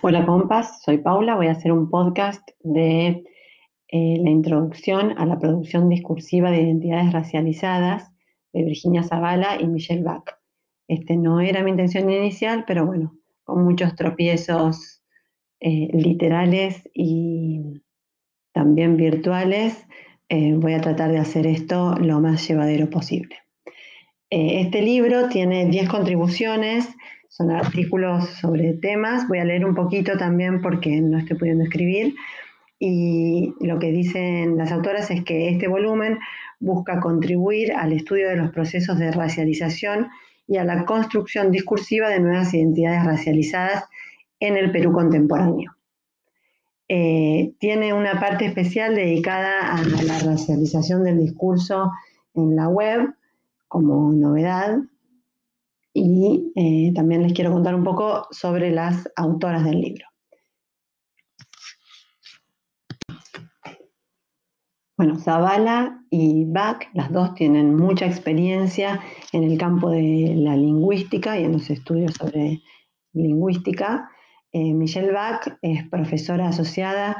Hola compas, soy Paula, voy a hacer un podcast de la introducción a la producción discursiva de identidades racializadas de Virginia Zavala y Michelle Bach. Este no era mi intención inicial, pero bueno, con muchos tropiezos literales y también virtuales, voy a tratar de hacer esto lo más llevadero posible. Este libro tiene 10 contribuciones, son artículos sobre temas. Voy a leer un poquito también porque no estoy pudiendo escribir. Y lo que dicen las autoras es que este volumen busca contribuir al estudio de los procesos de racialización y a la construcción discursiva de nuevas identidades racializadas en el Perú contemporáneo. Tiene una parte especial dedicada a la racialización del discurso en la web como novedad. Y también les quiero contar un poco sobre las autoras del libro. Bueno, Zavala y Bach, las dos tienen mucha experiencia en el campo de la lingüística y en los estudios sobre lingüística. Michelle Bach es profesora asociada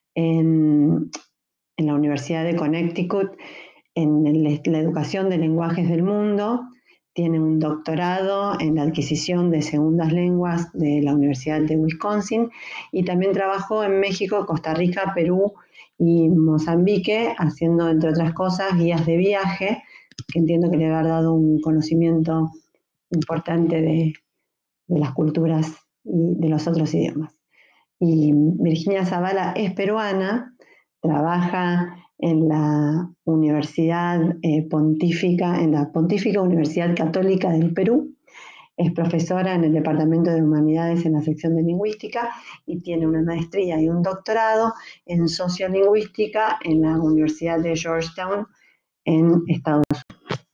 en la Universidad de Connecticut en la educación de lenguajes del mundo. Tiene un doctorado en la adquisición de segundas lenguas de la Universidad de Wisconsin y también trabajó en México, Costa Rica, Perú y Mozambique, haciendo, entre otras cosas, guías de viaje, que entiendo que le habrá dado un conocimiento importante de las culturas y de los otros idiomas. Y Virginia Zavala es peruana, trabaja en la Universidad Pontífica, en la Pontífica Universidad Católica del Perú. Es profesora en el Departamento de Humanidades en la sección de Lingüística y tiene una maestría y un doctorado en Sociolingüística en la Universidad de Georgetown en Estados Unidos.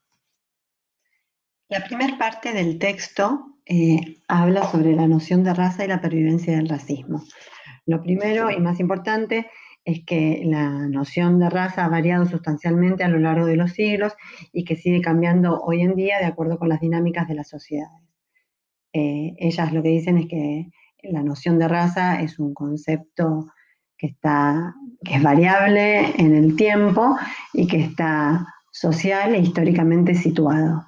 La primera parte del texto habla sobre la noción de raza y la pervivencia del racismo. Lo primero y más importante es que la noción de raza ha variado sustancialmente a lo largo de los siglos y que sigue cambiando hoy en día de acuerdo con las dinámicas de las sociedades. Ellas lo que dicen es que la noción de raza es un concepto que es variable en el tiempo y que está social e históricamente situado.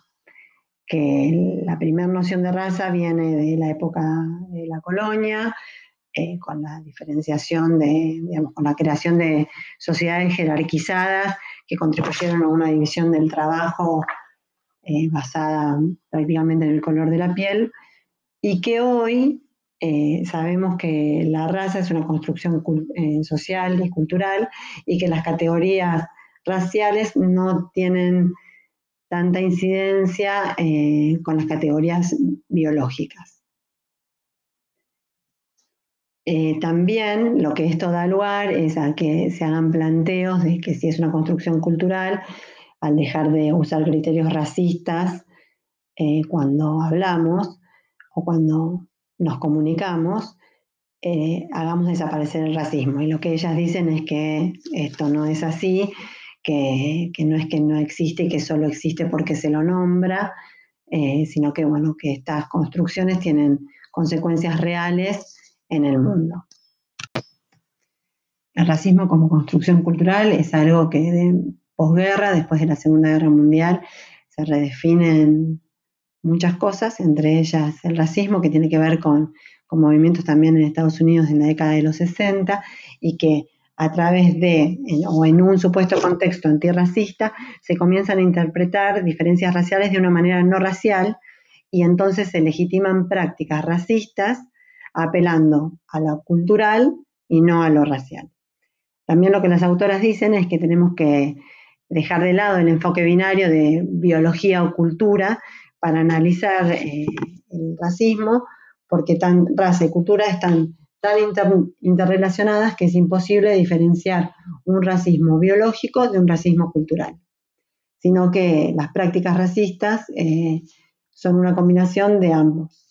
Que la primera noción de raza viene de la época de la colonia, con la diferenciación con la creación de sociedades jerarquizadas que contribuyeron a una división del trabajo basada prácticamente en el color de la piel, y que hoy sabemos que la raza es una construcción social y cultural y que las categorías raciales no tienen tanta incidencia con las categorías biológicas. También lo que esto da lugar es a que se hagan planteos de que si es una construcción cultural, al dejar de usar criterios racistas cuando hablamos o cuando nos comunicamos, hagamos desaparecer el racismo. Y lo que ellas dicen es que esto no es así, que no es que no existe y que solo existe porque se lo nombra, sino que, bueno, que estas construcciones tienen consecuencias reales en el mundo. El racismo como construcción cultural es algo que de posguerra, después de la Segunda Guerra Mundial, se redefinen muchas cosas, entre ellas el racismo, que tiene que ver con movimientos también en Estados Unidos en la década de los 60, y que a través o en un supuesto contexto antirracista, se comienzan a interpretar diferencias raciales de una manera no racial, y entonces se legitiman prácticas racistas apelando a lo cultural y no a lo racial. También lo que las autoras dicen es que tenemos que dejar de lado el enfoque binario de biología o cultura para analizar el racismo, porque raza y cultura están tan interrelacionadas que es imposible diferenciar un racismo biológico de un racismo cultural, sino que las prácticas racistas son una combinación de ambos.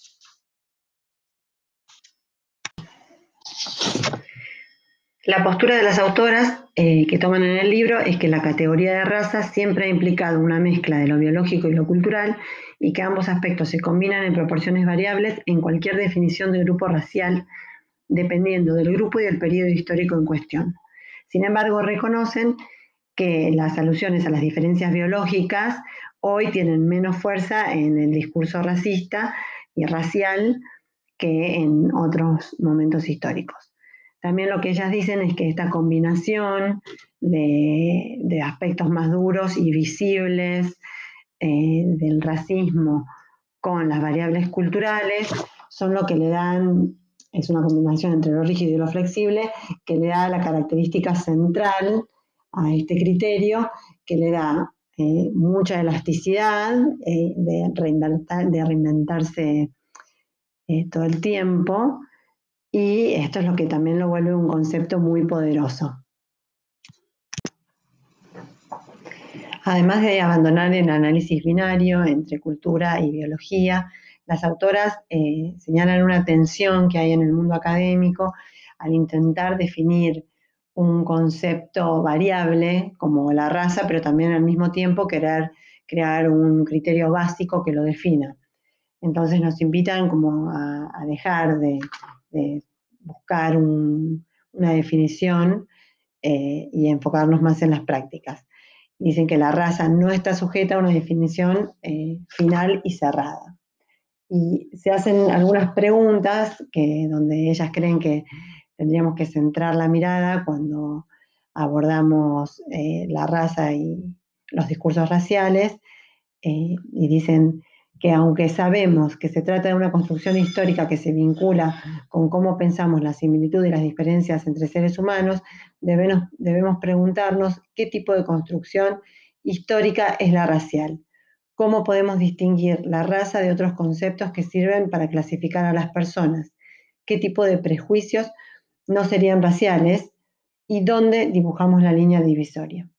La postura de las autoras que toman en el libro es que la categoría de raza siempre ha implicado una mezcla de lo biológico y lo cultural, y que ambos aspectos se combinan en proporciones variables en cualquier definición de grupo racial dependiendo del grupo y del periodo histórico en cuestión. Sin embargo, reconocen que las alusiones a las diferencias biológicas hoy tienen menos fuerza en el discurso racista y racial que en otros momentos históricos. También lo que ellas dicen es que esta combinación de aspectos más duros y visibles del racismo con las variables culturales son lo que le dan, es una combinación entre lo rígido y lo flexible, que le da la característica central a este criterio, que le da mucha elasticidad de reinventarse todo el tiempo, y esto es lo que también lo vuelve un concepto muy poderoso. Además de abandonar el análisis binario entre cultura y biología, las autoras señalan una tensión que hay en el mundo académico al intentar definir un concepto variable como la raza, pero también al mismo tiempo querer crear un criterio básico que lo defina. Entonces nos invitan como a dejar de buscar una definición y enfocarnos más en las prácticas. Dicen que la raza no está sujeta a una definición final y cerrada. Y se hacen algunas preguntas donde ellas creen que tendríamos que centrar la mirada cuando abordamos la raza y los discursos raciales, y dicen que aunque sabemos que se trata de una construcción histórica que se vincula con cómo pensamos la similitud y las diferencias entre seres humanos, debemos preguntarnos qué tipo de construcción histórica es la racial. ¿Cómo podemos distinguir la raza de otros conceptos que sirven para clasificar a las personas? ¿Qué tipo de prejuicios no serían raciales? ¿Y dónde dibujamos la línea divisoria?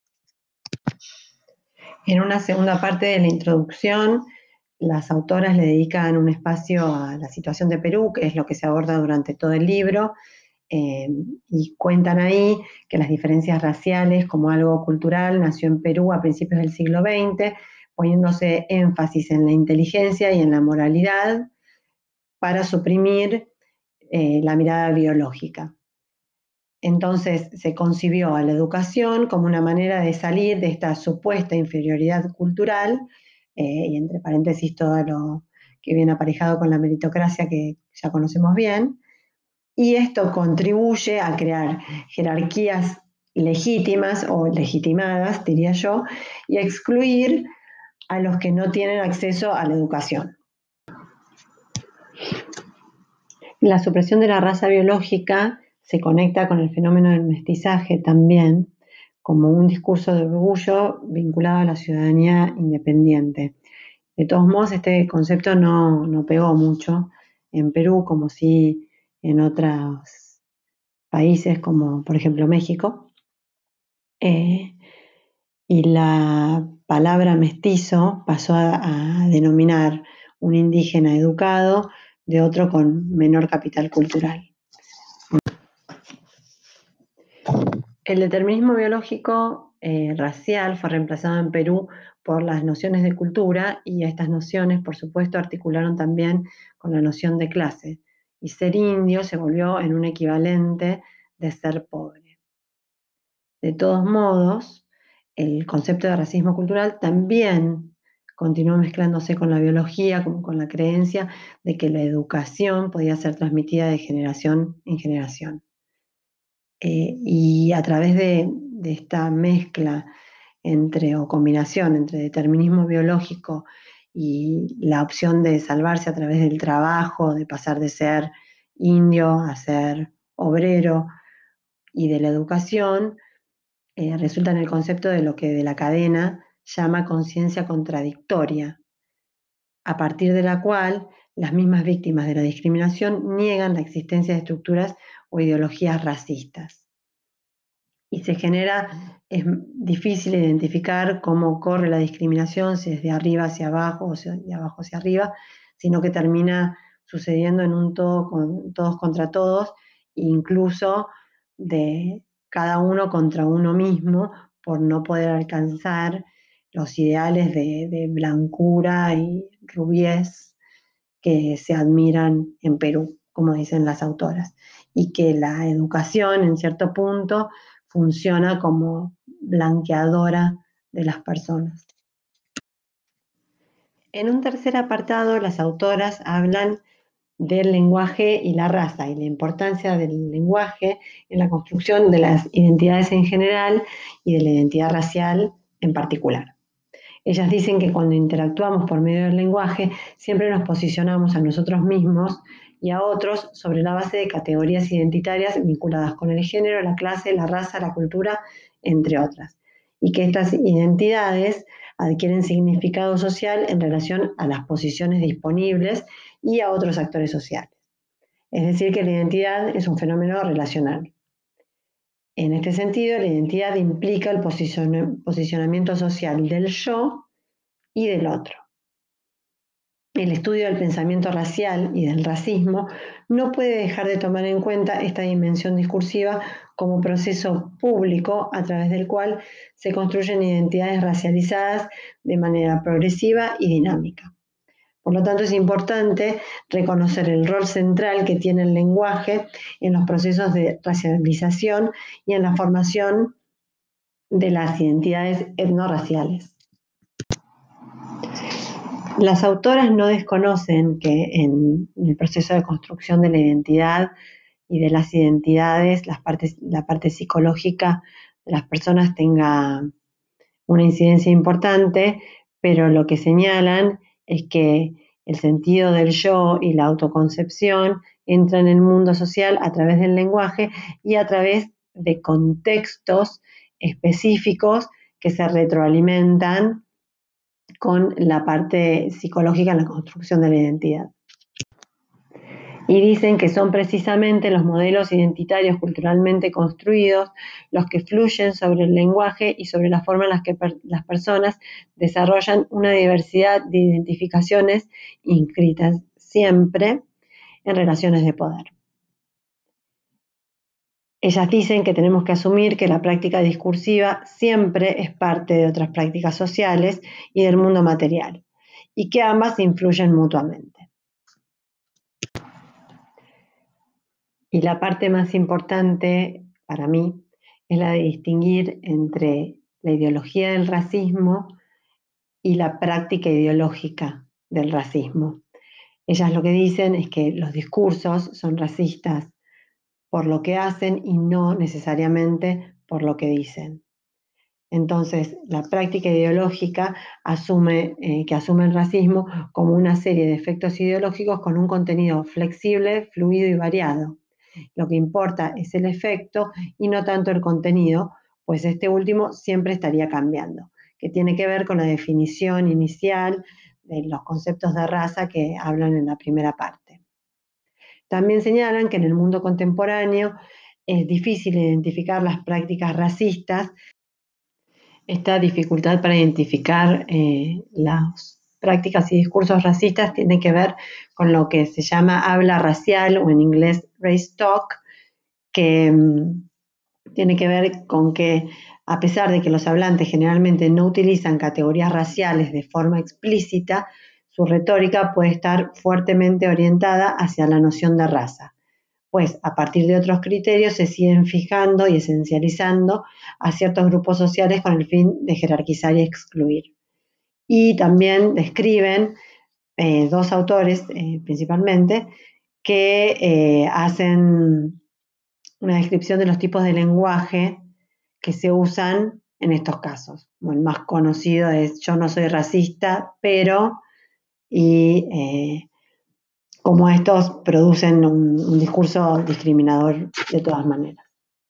En una segunda parte de la introducción, las autoras le dedican un espacio a la situación de Perú, que es lo que se aborda durante todo el libro, y cuentan ahí que las diferencias raciales como algo cultural nació en Perú a principios del siglo XX, poniéndose énfasis en la inteligencia y en la moralidad para suprimir la mirada biológica. Entonces se concibió a la educación como una manera de salir de esta supuesta inferioridad cultural, y entre paréntesis todo lo que viene aparejado con la meritocracia que ya conocemos bien, y esto contribuye a crear jerarquías legítimas o legitimadas, diría yo, y a excluir a los que no tienen acceso a la educación. La supresión de la raza biológica se conecta con el fenómeno del mestizaje también, como un discurso de orgullo vinculado a la ciudadanía independiente. De todos modos, este concepto no pegó mucho en Perú, como sí en otros países, como por ejemplo México. Y la palabra mestizo pasó a denominar un indígena educado de otro con menor capital cultural. El determinismo biológico racial fue reemplazado en Perú por las nociones de cultura, y estas nociones, por supuesto, articularon también con la noción de clase, y ser indio se volvió en un equivalente de ser pobre. De todos modos, el concepto de racismo cultural también continuó mezclándose con la biología, como con la creencia de que la educación podía ser transmitida de generación en generación. Y a través de esta mezcla o combinación entre determinismo biológico y la opción de salvarse a través del trabajo, de pasar de ser indio a ser obrero, y de la educación, resulta en el concepto de lo que de la cadena llama conciencia contradictoria, a partir de la cual las mismas víctimas de la discriminación niegan la existencia de estructuras o ideologías racistas. Y se genera, es difícil identificar cómo ocurre la discriminación, si es de arriba hacia abajo o de abajo hacia arriba, sino que termina sucediendo en un todos contra todos, incluso de cada uno contra uno mismo, por no poder alcanzar los ideales de blancura y rubiez que se admiran en Perú. como dicen las autoras, y que la educación, en cierto punto, funciona como blanqueadora de las personas. En un tercer apartado, las autoras hablan del lenguaje y la raza y la importancia del lenguaje en la construcción de las identidades en general y de la identidad racial en particular. Ellas dicen que cuando interactuamos por medio del lenguaje, siempre nos posicionamos a nosotros mismos y a otros sobre la base de categorías identitarias vinculadas con el género, la clase, la raza, la cultura, entre otras. Y que estas identidades adquieren significado social en relación a las posiciones disponibles y a otros actores sociales. Es decir, que la identidad es un fenómeno relacional. En este sentido, la identidad implica el posicionamiento social del yo y del otro. El estudio del pensamiento racial y del racismo no puede dejar de tomar en cuenta esta dimensión discursiva como proceso público a través del cual se construyen identidades racializadas de manera progresiva y dinámica. Por lo tanto, es importante reconocer el rol central que tiene el lenguaje en los procesos de racialización y en la formación de las identidades etnorraciales. Las autoras no desconocen que en el proceso de construcción de la identidad y de las identidades, la parte psicológica de las personas tenga una incidencia importante, pero lo que señalan es que el sentido del yo y la autoconcepción entran en el mundo social a través del lenguaje y a través de contextos específicos que se retroalimentan con la parte psicológica en la construcción de la identidad. Y dicen que son precisamente los modelos identitarios culturalmente construidos los que fluyen sobre el lenguaje y sobre la forma en la que las personas desarrollan una diversidad de identificaciones inscritas siempre en relaciones de poder. Ellas dicen que tenemos que asumir que la práctica discursiva siempre es parte de otras prácticas sociales y del mundo material, y que ambas influyen mutuamente. Y la parte más importante para mí es la de distinguir entre la ideología del racismo y la práctica ideológica del racismo. Ellas lo que dicen es que los discursos son racistas por lo que hacen y no necesariamente por lo que dicen. Entonces, la práctica ideológica asume el racismo como una serie de efectos ideológicos con un contenido flexible, fluido y variado. Lo que importa es el efecto y no tanto el contenido, pues este último siempre estaría cambiando, que tiene que ver con la definición inicial de los conceptos de raza que hablan en la primera parte. También señalan que en el mundo contemporáneo es difícil identificar las prácticas racistas. Esta dificultad para identificar las prácticas y discursos racistas tiene que ver con lo que se llama habla racial o en inglés race talk, que tiene que ver con que a pesar de que los hablantes generalmente no utilizan categorías raciales de forma explícita, su retórica puede estar fuertemente orientada hacia la noción de raza, pues a partir de otros criterios se siguen fijando y esencializando a ciertos grupos sociales con el fin de jerarquizar y excluir. Y también describen dos autores principalmente que hacen una descripción de los tipos de lenguaje que se usan en estos casos. El más conocido es yo no soy racista, pero y cómo estos producen un discurso discriminador de todas maneras.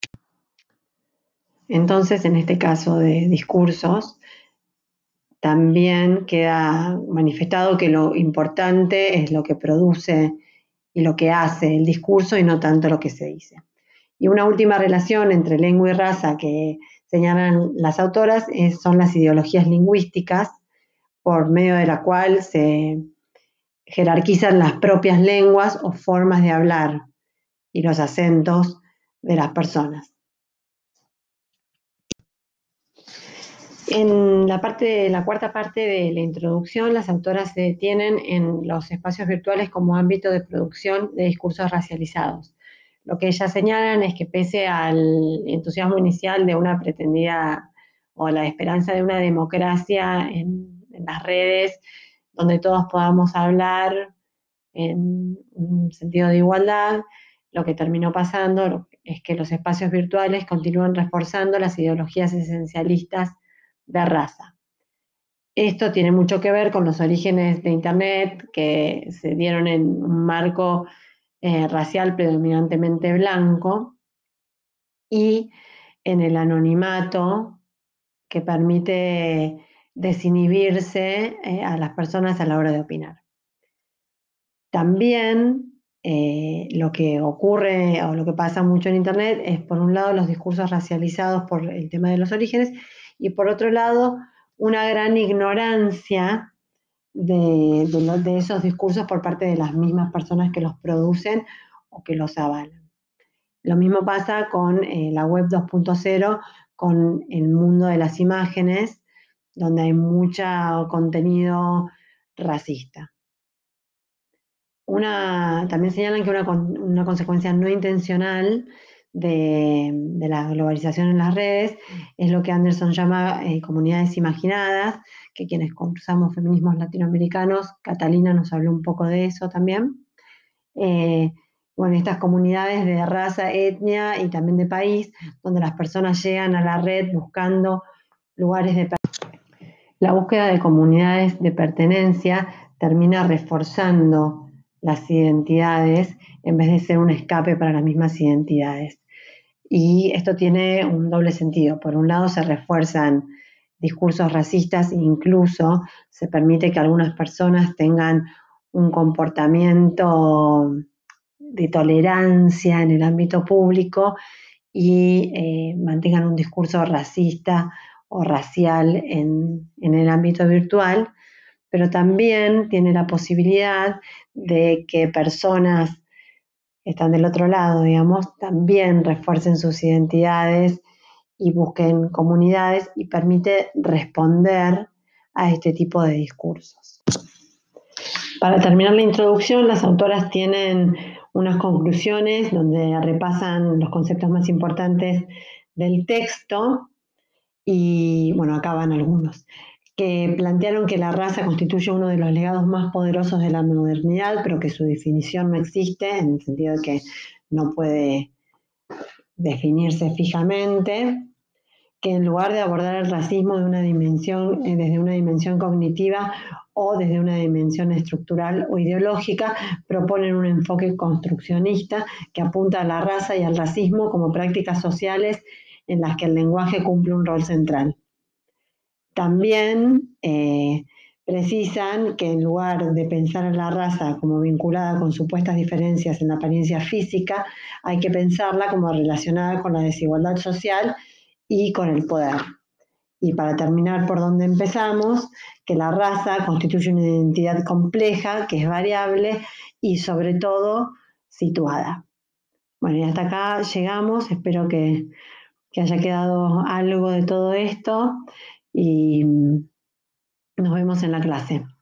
Entonces, en este caso de discursos, también queda manifestado que lo importante es lo que produce y lo que hace el discurso y no tanto lo que se dice. Y una última relación entre lengua y raza que señalan las autoras son las ideologías lingüísticas, por medio de la cual se jerarquizan las propias lenguas o formas de hablar y los acentos de las personas. En la cuarta parte de la introducción, las autoras se detienen en los espacios virtuales como ámbito de producción de discursos racializados. Lo que ellas señalan es que pese al entusiasmo inicial de una pretendida o la esperanza de una democracia en las redes, donde todos podamos hablar en un sentido de igualdad, lo que terminó pasando es que los espacios virtuales continúan reforzando las ideologías esencialistas de raza. Esto tiene mucho que ver con los orígenes de Internet, que se dieron en un marco racial predominantemente blanco y en el anonimato que permite desinhibirse a las personas a la hora de opinar. También lo que ocurre o lo que pasa mucho en Internet es, por un lado, los discursos racializados por el tema de los orígenes y, por otro lado, una gran ignorancia de esos discursos por parte de las mismas personas que los producen o que los avalan. Lo mismo pasa con la web 2.0, con el mundo de las imágenes, donde hay mucho contenido racista. También señalan que una consecuencia no intencional de la globalización en las redes es lo que Anderson llama comunidades imaginadas, que quienes cursamos feminismos latinoamericanos, Catalina nos habló un poco de eso también. Bueno, estas comunidades de raza, etnia y también de país, donde las personas llegan a la red buscando lugares de la búsqueda de comunidades de pertenencia termina reforzando las identidades en vez de ser un escape para las mismas identidades. Y esto tiene un doble sentido. Por un lado, se refuerzan discursos racistas e incluso se permite que algunas personas tengan un comportamiento de tolerancia en el ámbito público y mantengan un discurso racista o racial en el ámbito virtual, pero también tiene la posibilidad de que personas que están del otro lado, digamos, también refuercen sus identidades y busquen comunidades y permite responder a este tipo de discursos. Para terminar la introducción, las autoras tienen unas conclusiones donde repasan los conceptos más importantes del texto y, bueno, acá van algunos, que plantearon que la raza constituye uno de los legados más poderosos de la modernidad, pero que su definición no existe, en el sentido de que no puede definirse fijamente, que en lugar de abordar el racismo de una dimensión, desde una dimensión cognitiva o desde una dimensión estructural o ideológica, proponen un enfoque construccionista que apunta a la raza y al racismo como prácticas sociales en las que el lenguaje cumple un rol central. También precisan que en lugar de pensar en la raza como vinculada con supuestas diferencias en la apariencia física, hay que pensarla como relacionada con la desigualdad social y con el poder. Y para terminar por donde empezamos, que la raza constituye una identidad compleja, que es variable y sobre todo situada. Bueno, y hasta acá llegamos, espero que haya quedado algo de todo esto y nos vemos en la clase.